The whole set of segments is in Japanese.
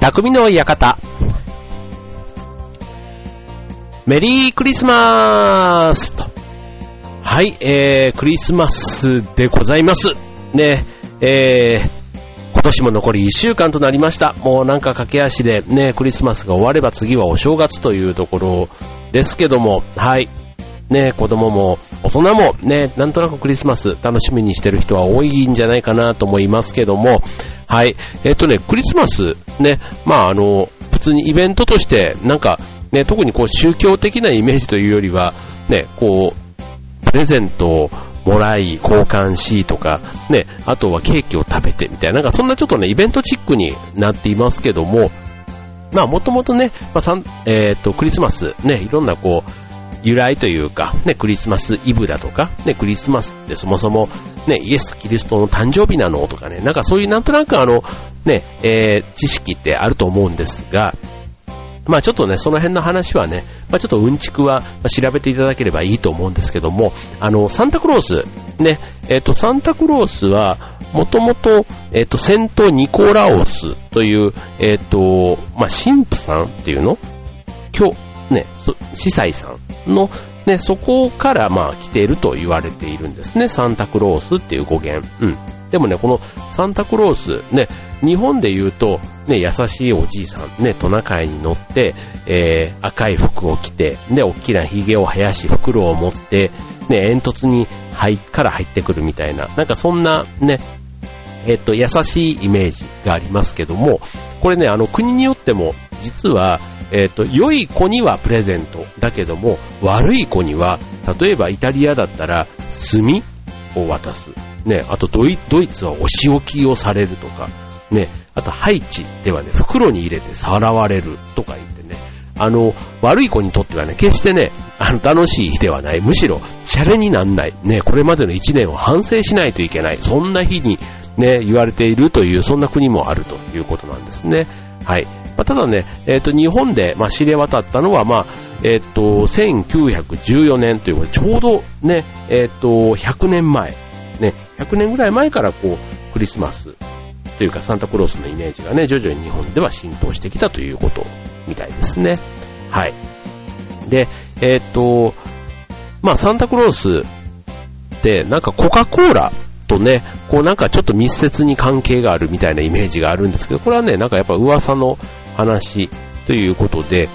匠の館。メリークリスマスと。はい、クリスマスでございます。ね、今年も残り1週間となりました。もうなんか駆け足でね、クリスマスが終われば次はお正月というところですけども、はい。ね、子供も大人もね、なんとなくクリスマス楽しみにしてる人は多いんじゃないかなと思いますけども、はい。クリスマスね、普通にイベントとしてなんかね、特にこう宗教的なイメージというよりはね、こうプレゼントをもらい交換しとかね、あとはケーキを食べてみたいな、なんかそんなちょっとねイベントチックになっていますけども、もともとね、クリスマスね、いろんなこう由来というか、ね、クリスマスイブだとか、ね、クリスマスってそもそも、ね、イエス・キリストの誕生日なのとかね、なんかそういうなんとなく知識ってあると思うんですが、ちょっとね、その辺の話はね、ちょっとうんちくは調べていただければいいと思うんですけども、サンタクロース、ね、サンタクロースは、もともと、セント・ニコラオスという、神父さんっていうのね、司祭さんの、ね、そこから来ていると言われているんですね。サンタクロースっていう語源。でもね、このサンタクロース、ね、日本で言うと、ね、優しいおじいさん、ね、トナカイに乗って、赤い服を着て、ね、大きな髭を生やし、袋を持って、ね、煙突にから入ってくるみたいな、なんかそんな、ね、優しいイメージがありますけども、これね、国によっても、実は、良い子にはプレゼントだけども、悪い子には、例えばイタリアだったら炭を渡す。ね、あとドイツはお仕置きをされるとか、ね、あとハイチではね、袋に入れてさらわれるとか言ってね、悪い子にとってはね、決してね、楽しい日ではない。むしろ、シャレになんない。ね、これまでの1年を反省しないといけない。そんな日にね、言われているという、そんな国もあるということなんですね。はい。ただね、日本で、知れ渡ったのは、1914年ということで、ちょうどね、100年前、ね、100年ぐらい前からこう、クリスマスというかサンタクロースのイメージがね、徐々に日本では浸透してきたということみたいですね。はい。で、サンタクロースってなんかコカ・コーラとね、こうなんかちょっと密接に関係があるみたいなイメージがあるんですけど、これはね、なんかやっぱ噂の話ということで、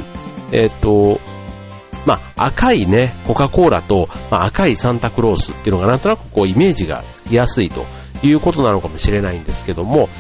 赤いね、コカ・コーラと、赤いサンタクロースっていうのがなんとなくこうイメージがつきやすいということなのかもしれないんですけども、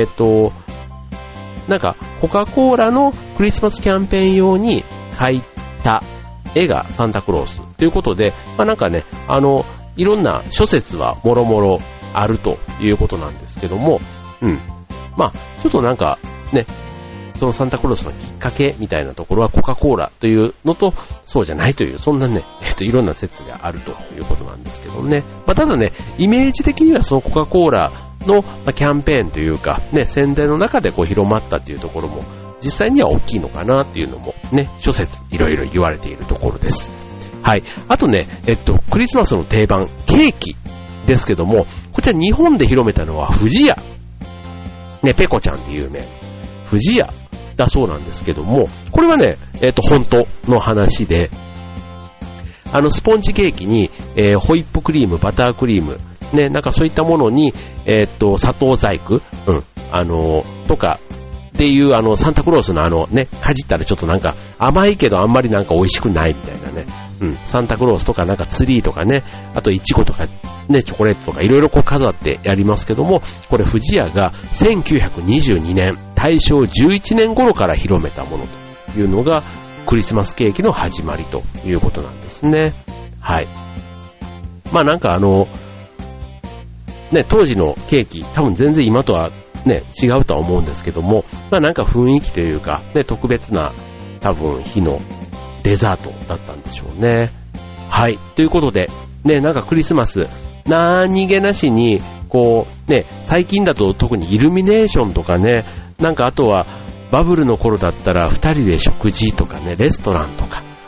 なんかコカ・コーラのクリスマスキャンペーン用に描いた絵がサンタクロースということで、なんかね、いろんな諸説はもろもろあるということなんですけども、ちょっとなんかね、そのサンタクロースのきっかけみたいなところはコカ・コーラというのとそうじゃないという、そんなね、いろんな説があるということなんですけどね。ただね、イメージ的にはそのコカ・コーラのキャンペーンというか、ね、宣伝の中でこう広まったというところも実際には大きいのかなっていうのもね、諸説いろいろ言われているところです。はい。あとね、クリスマスの定番、ケーキですけども、こちら日本で広めたのは不二家。ね、ペコちゃんで有名。不二家だそうなんですけども、これはね、本当の話で、スポンジケーキに、ホイップクリーム、バタークリーム、ね、なんかそういったものに、砂糖細工、とか、っていうサンタクロースのね、かじったらちょっとなんか甘いけどあんまりなんか美味しくないみたいなね、サンタクロースとかなんかツリーとかね、あとイチゴとかね、チョコレートとかいろいろこう飾ってやりますけども、これ不二家が1922年、大正11年頃から広めたものというのがクリスマスケーキの始まりということなんですね。はい。なんかね、当時のケーキ、多分全然今とはね、違うとは思うんですけども、なんか雰囲気というか、ね、特別な多分日のデザートだったんでしょうね。はい。ということで、ね、なんかクリスマス、何気なしに、こう、ね、最近だと特にイルミネーションとかね、なんかあとはバブルの頃だったら2人で食事とかね、レストランとか、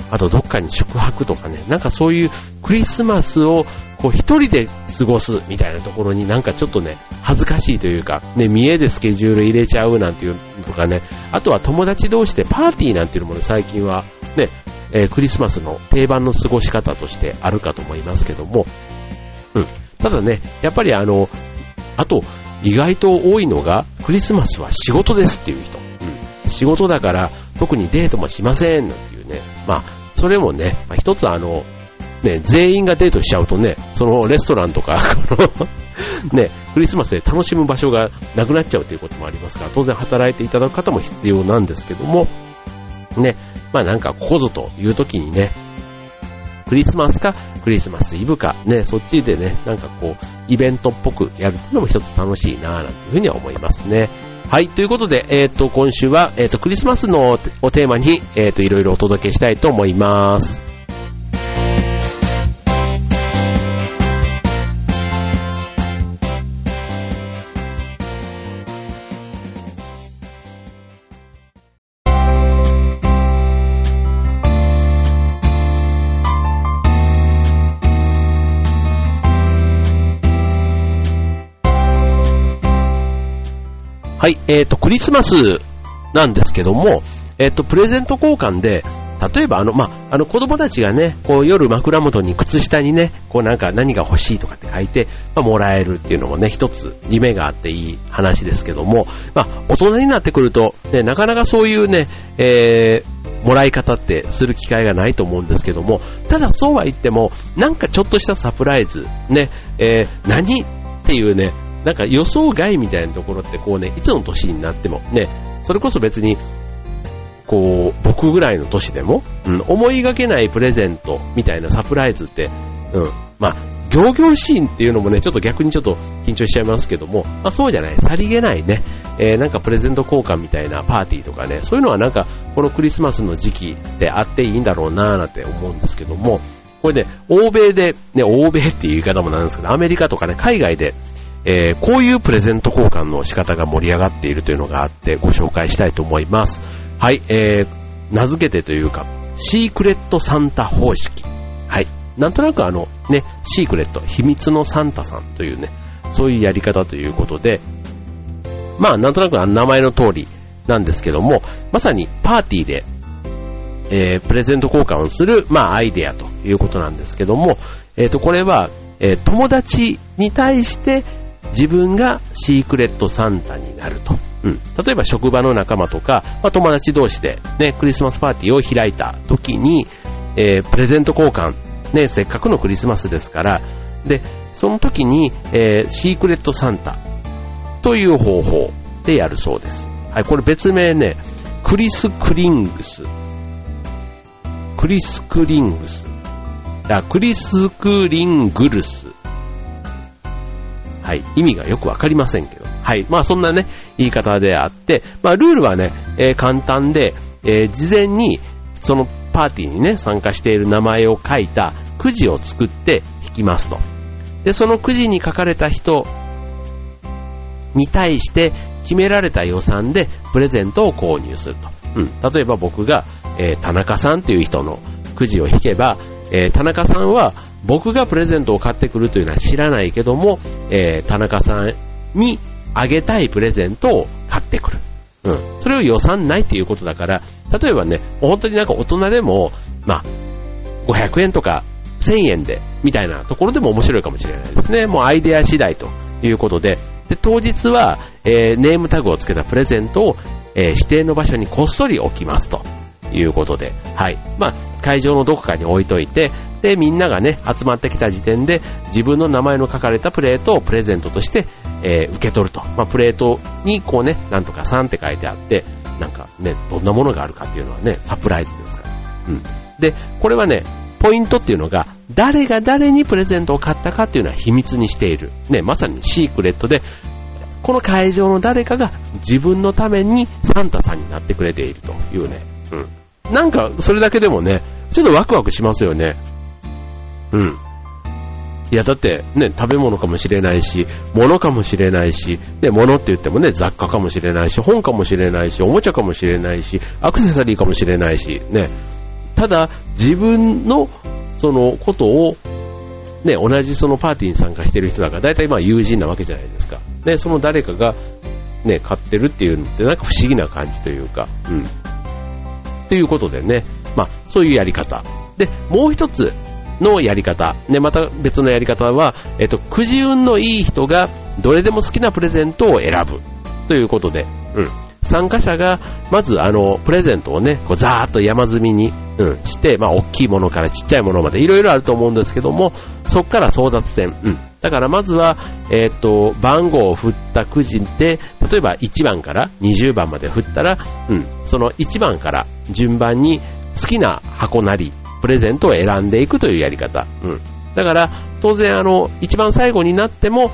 あとどっかに宿泊とかね、なんかそういうクリスマスをこう一人で過ごすみたいなところになんかちょっとね、恥ずかしいというか、ね、見栄でスケジュール入れちゃうなんていうとかね、あとは友達同士でパーティーなんていうのもね、最近はね、クリスマスの定番の過ごし方としてあるかと思いますけども、ただね、やっぱりあと意外と多いのがクリスマスは仕事ですっていう人、仕事だから特にデートもしませんなんていうね、まあそれもね、一つね、全員がデートしちゃうとね、そのレストランとかね、クリスマスで楽しむ場所がなくなっちゃうということもありますから、当然働いていただく方も必要なんですけども、ね、まあなんかここぞという時にね、クリスマスかクリスマスイブかね、そっちでね、なんかこうイベントっぽくやるっていうのも一つ楽しいなぁなんていうふうには思いますね。はい、ということで、今週は、クリスマスのをテーマに、いろいろお届けしたいと思います。はい、クリスマスなんですけども、プレゼント交換で、例えば子供たちがね、こう夜枕元に靴下にね、こうなんか何が欲しいとかって書いて、もらえるっていうのもね、一つ夢があっていい話ですけども、大人になってくると、ね、なかなかそういうね、もらい方ってする機会がないと思うんですけども、ただそうは言っても、なんかちょっとしたサプライズ、ね、何っていうね、なんか予想外みたいなところってこうね、いつの年になってもね、それこそ別にこう僕ぐらいの年でも、思いがけないプレゼントみたいなサプライズって、仰々しいっていうのもね、ちょっと逆にちょっと緊張しちゃいますけども、そうじゃない、さりげないね、なんかプレゼント交換みたいなパーティーとかね、そういうのはなんかこのクリスマスの時期であっていいんだろうなーなんて思うんですけども、これね、欧米でね、欧米っていう言い方もなんですけど、アメリカとかね、海外でこういうプレゼント交換の仕方が盛り上がっているというのがあってご紹介したいと思います。はい、名付けてというか、シークレットサンタ方式。はい、なんとなくね、シークレット、秘密のサンタさんというね、そういうやり方ということで、なんとなく名前の通りなんですけども、まさにパーティーで、プレゼント交換をする、アイデアということなんですけども、これは、友達に対して自分がシークレットサンタになると。例えば職場の仲間とか、友達同士で、ね、クリスマスパーティーを開いた時に、プレゼント交換、ね、せっかくのクリスマスですから、で、その時に、シークレットサンタという方法でやるそうです。はい、これ別名ね、クリスクリングス。クリスクリングルス。はい、意味がよくわかりませんけど。はい、そんなね、言い方であって、ルールはね、簡単で、事前にそのパーティーにね、参加している名前を書いたくじを作って引きますと。で、そのくじに書かれた人に対して決められた予算でプレゼントを購入すると。例えば僕が、田中さんという人のくじを引けば、田中さんは僕がプレゼントを買ってくるというのは知らないけども、田中さんにあげたいプレゼントを買ってくる。それを予算ないっていうことだから、例えばね、本当になんか大人でも、500円とか1000円でみたいなところでも面白いかもしれないですね。もうアイデア次第ということで、当日は、ネームタグをつけたプレゼントを、指定の場所にこっそり置きますということで、はい。会場のどこかに置いといて、で、みんながね、集まってきた時点で自分の名前の書かれたプレートをプレゼントとして、受け取ると。プレートにこうね、なんとかさんって書いてあって、なんかね、どんなものがあるかっていうのはね、サプライズですから。で、これはね、ポイントっていうのが、誰が誰にプレゼントを買ったかっていうのは秘密にしている。ね、まさにシークレットで、この会場の誰かが自分のためにサンタさんになってくれているというね。なんか、それだけでもね、ちょっとワクワクしますよね。いや、だってね、食べ物かもしれないし、物かもしれないし、ね、物って言ってもね、雑貨かもしれないし、本かもしれないし、おもちゃかもしれないし、アクセサリーかもしれないし、ね、 ただ、自分のそのことを、ね、同じそのパーティーに参加している人だから、大体まあ友人なわけじゃないですか。で、その誰かが、ね、買ってるっていうのってなんか不思議な感じというか、ということでね、まあ、そういうやり方。で、もう一つのやり方。ね、また別のやり方は、くじ運のいい人がどれでも好きなプレゼントを選ぶ。ということで、参加者が、まずプレゼントをね、こうザーッと山積みに、して、まあ、大きいものからちっちゃいものまでいろいろあると思うんですけども、そこから争奪戦。だからまずは、番号を振ったくじで、例えば1番から20番まで振ったら、その1番から順番に好きな箱なり、プレゼントを選んでいくというやり方。だから、当然一番最後になっても、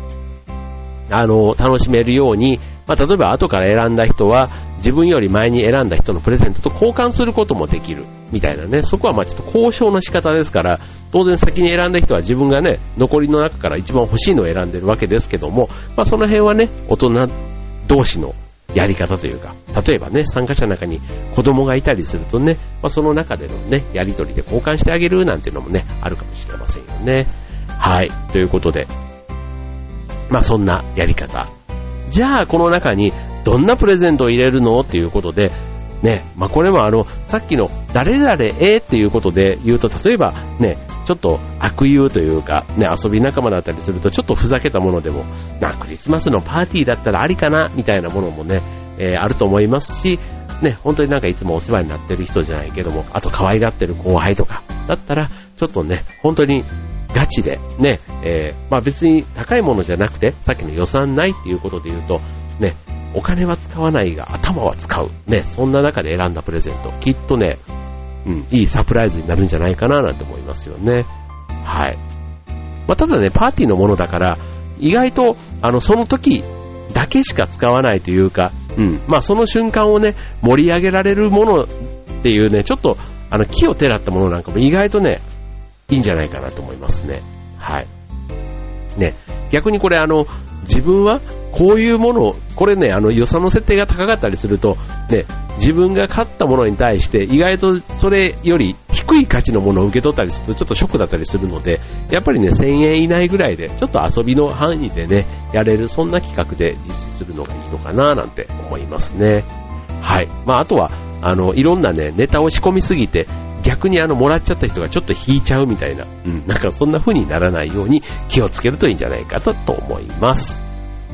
楽しめるように、まあ、例えば後から選んだ人は自分より前に選んだ人のプレゼントと交換することもできるみたいなね、そこはまあちょっと交渉の仕方ですから、当然先に選んだ人は自分がね、残りの中から一番欲しいのを選んでるわけですけども、まあその辺はね、大人同士のやり方というか、例えばね、参加者の中に子供がいたりするとね、まあその中でのね、やり取りで交換してあげるなんていうのもね、あるかもしれませんよね。はい、ということで、まあそんなやり方。じゃあこの中にどんなプレゼントを入れるのっていうことで、ね、まあこれもさっきの誰々っていうことで言うと、例えばね、ちょっと悪友というか、ね、遊び仲間だったりするとちょっとふざけたものでも、クリスマスのパーティーだったらありかなみたいなものもね、あると思いますし、ね、本当になんかいつもお世話になってる人じゃないけども、あと可愛がってる後輩とかだったら、ちょっとね、本当にガチでね、まあ別に高いものじゃなくて、さっきの予算ないっていうことで言うと、ね、お金は使わないが頭は使う。ね、そんな中で選んだプレゼント。きっとね、いいサプライズになるんじゃないかななんて思いますよね。はい。まあただね、パーティーのものだから、意外と、その時だけしか使わないというか、まあその瞬間をね、盛り上げられるものっていうね、ちょっと、木をてらったものなんかも意外とね、いいんじゃないかなと思いますね。はい。ね、逆にこれ自分はこういうものを、これね、予算の設定が高かったりすると、ね、自分が買ったものに対して意外とそれより低い価値のものを受け取ったりするとちょっとショックだったりするので、やっぱりね、1000円以内ぐらいで、ちょっと遊びの範囲でね、やれる、そんな企画で実施するのがいいのかななんて思いますね。はい。まあ、あとは、いろんなね、ネタを仕込みすぎて、逆にもらっちゃった人がちょっと引いちゃうみたいな、なんかそんな風にならないように気をつけるといいんじゃないかと思います。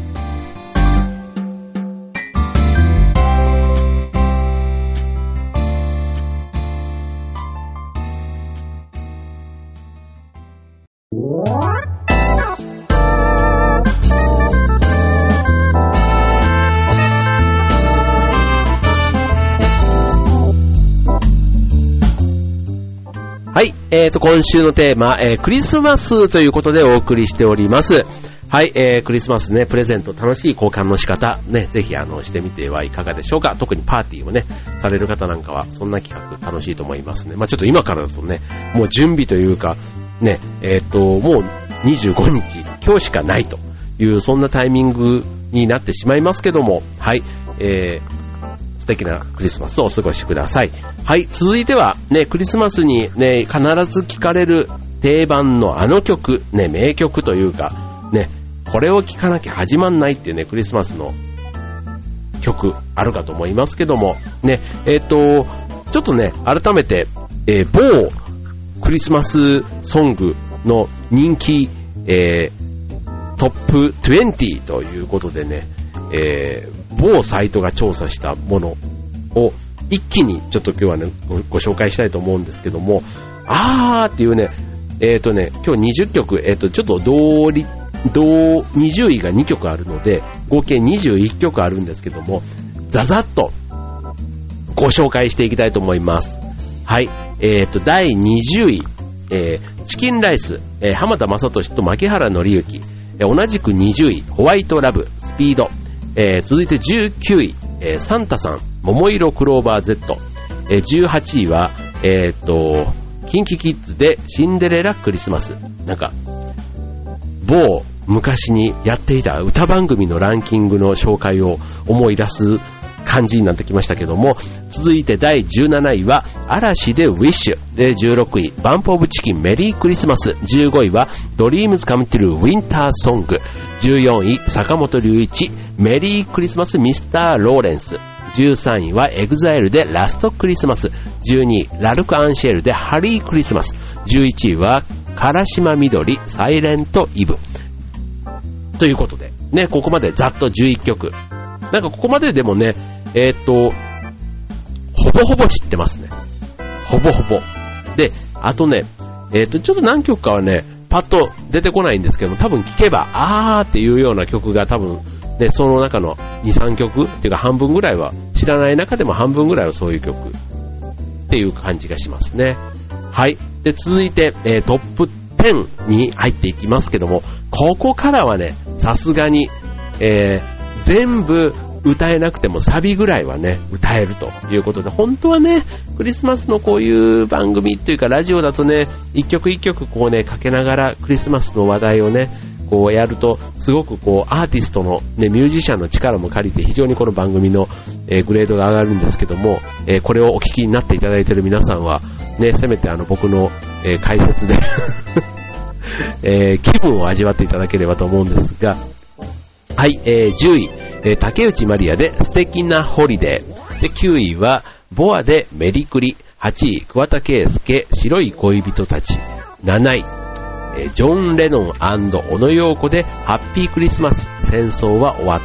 はい、今週のテーマ、クリスマスということでお送りしております。はい、クリスマスね、プレゼント楽しい交換の仕方、ね、ぜひしてみてはいかがでしょうか。特にパーティーをね、される方なんかは、そんな企画楽しいと思いますね。まあちょっと今からだとね、もう準備というか、ね、もう25日、今日しかないという、そんなタイミングになってしまいますけども、はい、素敵なクリスマスをお過ごしください。はい、続いてはね、クリスマスにね、必ず聴かれる定番の曲、ね、名曲というか、ね、これを聴かなきゃ始まんないっていうね、クリスマスの曲あるかと思いますけども、ね、ちょっとね、改めて、某クリスマスソングの人気、トップ20ということでね、某サイトが調査したものを一気にちょっと今日はね ご紹介したいと思うんですけども、っていうね、今日20曲、ちょっと20位が2曲あるので合計21曲あるんですけども、ざざっとご紹介していきたいと思います。はい、第20位、チキンライス、浜田雅俊と牧原紀之、同じく20位ホワイトラブスピード、続いて19位、サンタさん桃色クローバー Z、18位はキンキキッズでシンデレラクリスマス。なんか某昔にやっていた歌番組のランキングの紹介を思い出す感じになってきましたけども、続いて第17位は嵐でウィッシュで、16位バンプオブチキンメリークリスマス、15位はドリームズカムトゥルーウィンターソング、14位坂本龍一メリークリスマスミスターローレンス、13位はエグザイルでラストクリスマス、12位ラルク・アンシェルでハリークリスマス、11位は唐島みどりサイレントイブということでね、ここまでざっと11曲。なんかここまででもね、ほぼほぼ知ってますね。ほぼほぼ。で、あとね、ちょっと何曲かはね、パッと出てこないんですけど、多分聞けば、あーっていうような曲が多分、ね、その中の2、3曲っていうか半分ぐらいは、知らない中でも半分ぐらいはそういう曲っていう感じがしますね。はい。で、続いて、トップ10に入っていきますけども、ここからはね、さすがに、全部歌えなくてもサビぐらいはね、歌えるということで、本当はね、クリスマスのこういう番組っていうかラジオだとね、一曲一曲こうね、かけながらクリスマスの話題をね、こうやると、すごくこうアーティストのね、ミュージシャンの力も借りて非常にこの番組の、グレードが上がるんですけども、これをお聞きになっていただいている皆さんは、ね、せめて僕の、解説で、気分を味わっていただければと思うんですが、はい、10位、竹内まりやで素敵なホリデー。で、9位は、ボアでメリクリ。8位、桑田佳祐、白い恋人たち。7位、ジョン・レノン&小野陽子でハッピークリスマス。戦争は終わった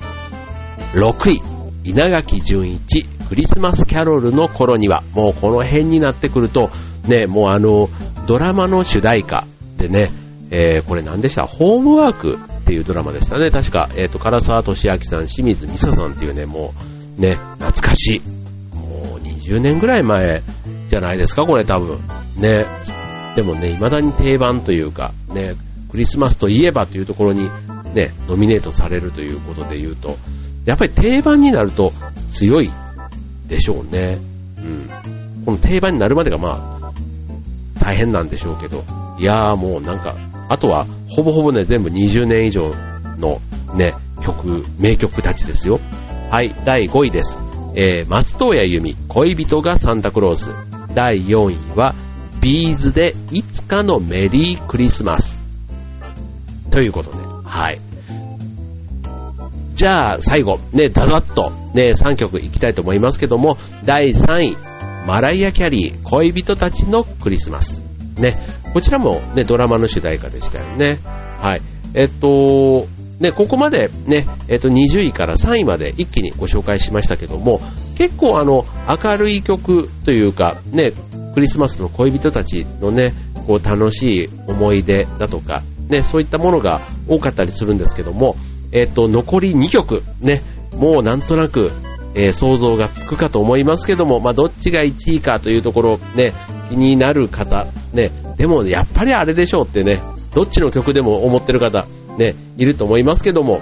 。6位、稲垣潤一、クリスマスキャロルの頃には。もうこの辺になってくると、ね、もうドラマの主題歌でね、これ何でした？ホームワークっていうドラマでしたね。確か、唐沢俊明さん、清水美沙さんっていうね、もう、ね、懐かしい。もう20年ぐらい前じゃないですか、これ多分。ね。でもね、未だに定番というか、ね、クリスマスといえばというところに、ね、ノミネートされるということで言うと、やっぱり定番になると強いでしょうね。うん。この定番になるまでがまあ、大変なんでしょうけど、いやーもうなんか、あとはほぼほぼね、全部20年以上のね、名曲たちですよ。はい、第5位です。松任谷由実、恋人がサンタクロース。第4位は、ビーズでいつかのメリークリスマス。ということで、はい。じゃあ、最後、ね、ざざっと、ね、3曲いきたいと思いますけども、第3位、マライア・キャリー、恋人たちのクリスマス。ね、こちらもね、ドラマの主題歌でしたよね。はい。ね、ここまでね、20位から3位まで一気にご紹介しましたけども、結構明るい曲というか、ね、クリスマスの恋人たちのね、こう楽しい思い出だとか、ね、そういったものが多かったりするんですけども、残り2曲、ね、もうなんとなく、想像がつくかと思いますけども、まあ、どっちが1位かというところ、ね、気になる方、ね、でもやっぱりあれでしょうってね、どっちの曲でも思ってる方、ね、いると思いますけども、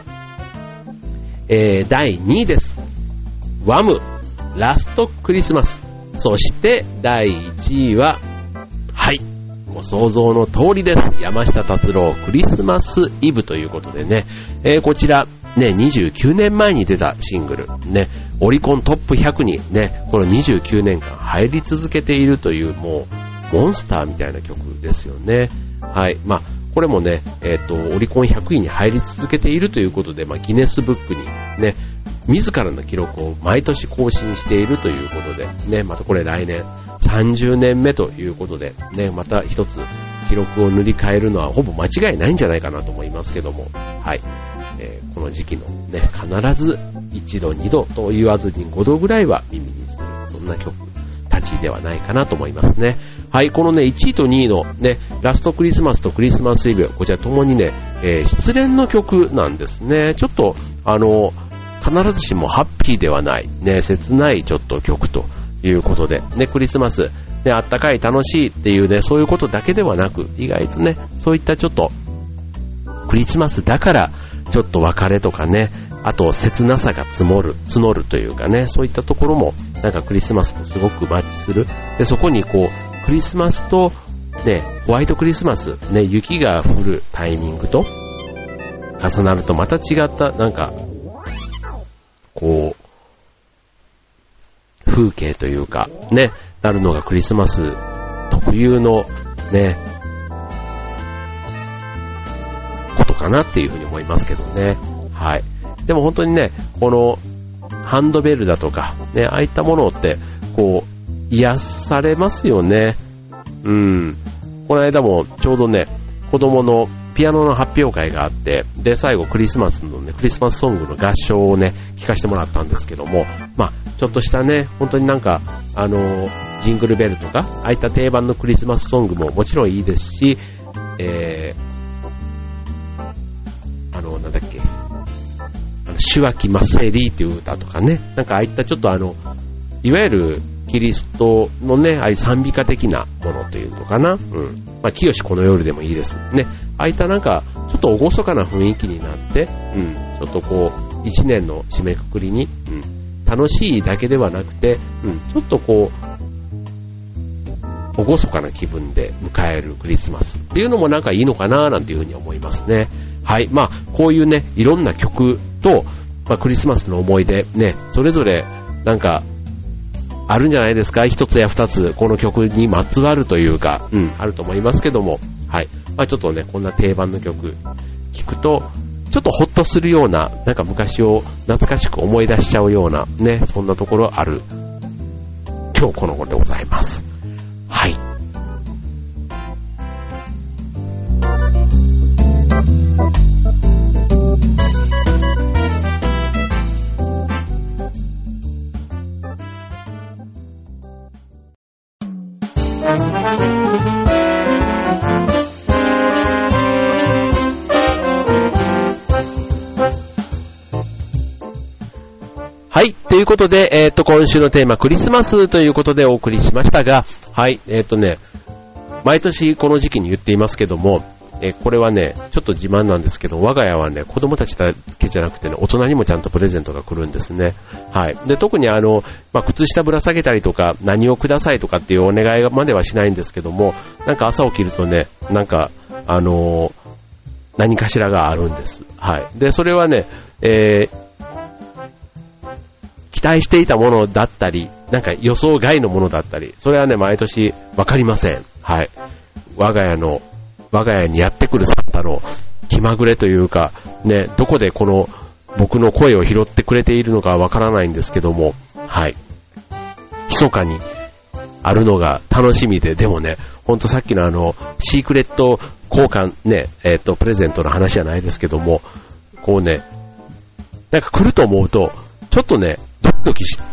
第2位です。ワム、ラストクリスマス。そして第1位は、はい、ご想像の通りです。山下達郎、クリスマスイブということでね、こちら、ね、29年前に出たシングル、ね、オリコントップ100にね、この29年間入り続けているという、もう、モンスターみたいな曲ですよね。はい。まあ、これもね、オリコン100位に入り続けているということで、まあ、ギネスブックにね、自らの記録を毎年更新しているということで、ね、またこれ来年30年目ということで、ね、また一つ記録を塗り替えるのはほぼ間違いないんじゃないかなと思いますけども、はい。この時期のね、必ず1度2度と言わずに5度ぐらいは耳にする、そんな曲たちではないかなと思いますね。はい、このね、1位と2位のね、ラストクリスマスとクリスマスイブ、こちらともにね、失恋の曲なんですね。ちょっと、必ずしもハッピーではない、ね、切ないちょっと曲ということで、ね、クリスマス、ね、あったかい楽しいっていうね、そういうことだけではなく、意外とね、そういったちょっと、クリスマスだから、ちょっと別れとかね、あと切なさが募るというかね、そういったところもなんかクリスマスとすごくマッチする。で、そこにこうクリスマスとね、ホワイトクリスマスね、雪が降るタイミングと重なるとまた違ったなんかこう風景というか、ね、なるのがクリスマス特有のね、ことかなっていうふうに思いますけどね。はい。でも本当にね、このハンドベルだとか、ね、ああいったものって、こう、癒されますよね。うん。この間もちょうどね、子供のピアノの発表会があって、で、最後クリスマスのね、クリスマスソングの合唱をね、聞かせてもらったんですけども、まあ、ちょっとしたね、本当になんか、ジングルベルとか、ああいった定番のクリスマスソングももちろんいいですし、なんだっけ、シュワキマッセリーっていう歌とかね、なんかああいったちょっといわゆるキリストのね、ああいう賛美歌的なものというのかな、うん。まあ、清しこの夜でもいいですね。ああいったなんか、ちょっと厳かな雰囲気になって、うん、ちょっとこう、一年の締めくくりに、うん、楽しいだけではなくて、うん、ちょっとこう、厳かな気分で迎えるクリスマスっていうのもなんかいいのかななんていうふうに思いますね。はい。まあ、こういうね、いろんな曲と、まあ、クリスマスの思い出、ね、それぞれ、なんか、あるんじゃないですか。一つや二つ、この曲にまつわるというか、うん、あると思いますけども、はい。まあ、ちょっとね、こんな定番の曲、聴くと、ちょっとホッとするような、なんか昔を懐かしく思い出しちゃうような、ね、そんなところある、今日この頃でございます。はい。はい。ということで、今週のテーマ、クリスマスということでお送りしましたが、はい。毎年この時期に言っていますけども、これはね、ちょっと自慢なんですけど、我が家はね、子供たちだけじゃなくてね、大人にもちゃんとプレゼントが来るんですね。はい。で、特にまあ、靴下ぶら下げたりとか、何をくださいとかっていうお願いまではしないんですけども、なんか朝起きるとね、なんか、何かしらがあるんです。はい。で、それはね、期待していたものだったり、なんか予想外のものだったり、それはね、毎年わかりません。はい。我が家にやってくるサンタの気まぐれというか、ね、どこでこの僕の声を拾ってくれているのかわからないんですけども、はい。密かにあるのが楽しみで、でもね、ほんとさっきのシークレット交換ね、プレゼントの話じゃないですけども、こうね、なんか来ると思うと、ちょっとね、ドキドキして、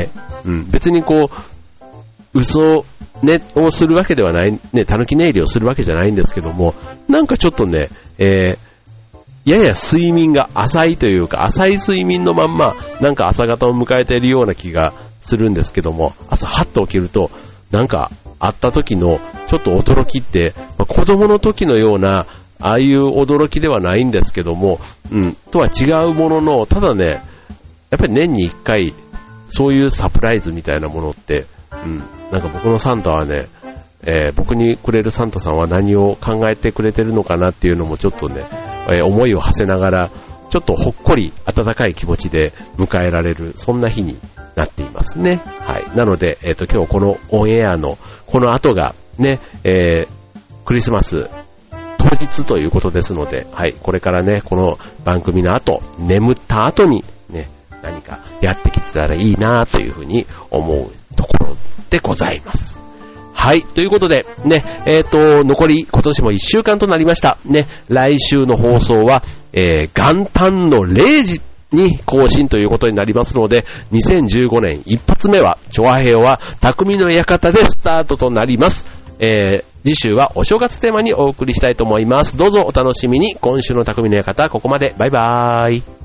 うん、別にこう、嘘ね、をするわけではない、ね、たぬき寝入りをするわけじゃないんですけども、なんかちょっとね、やや睡眠が浅いというか、浅い睡眠のまんま、なんか朝方を迎えているような気がするんですけども、朝ハッと起きると、なんか会った時のちょっと驚きって、まあ、子供の時のような、ああいう驚きではないんですけども、うん、とは違うものの、ただね、やっぱり年に一回、そういうサプライズみたいなものって、うん、なんか僕のサンタはね、僕にくれるサンタさんは何を考えてくれてるのかなっていうのもちょっとね、思いを馳せながら、ちょっとほっこり温かい気持ちで迎えられる、そんな日になっていますね。はい。なので、今日このオンエアのこの後がね、クリスマス当日ということですので、はい。これからね、この番組の後、眠った後にね、何かやってきてたらいいなというふうに思うところでございます。はい。ということで、ね、残り今年も1週間となりました。ね、来週の放送は、元旦の0時に更新ということになりますので、2015年一発目は、チョアヘヨは匠の館でスタートとなります。次週はお正月テーマにお送りしたいと思います。どうぞお楽しみに。今週の匠の館、ここまで。バイバーイ。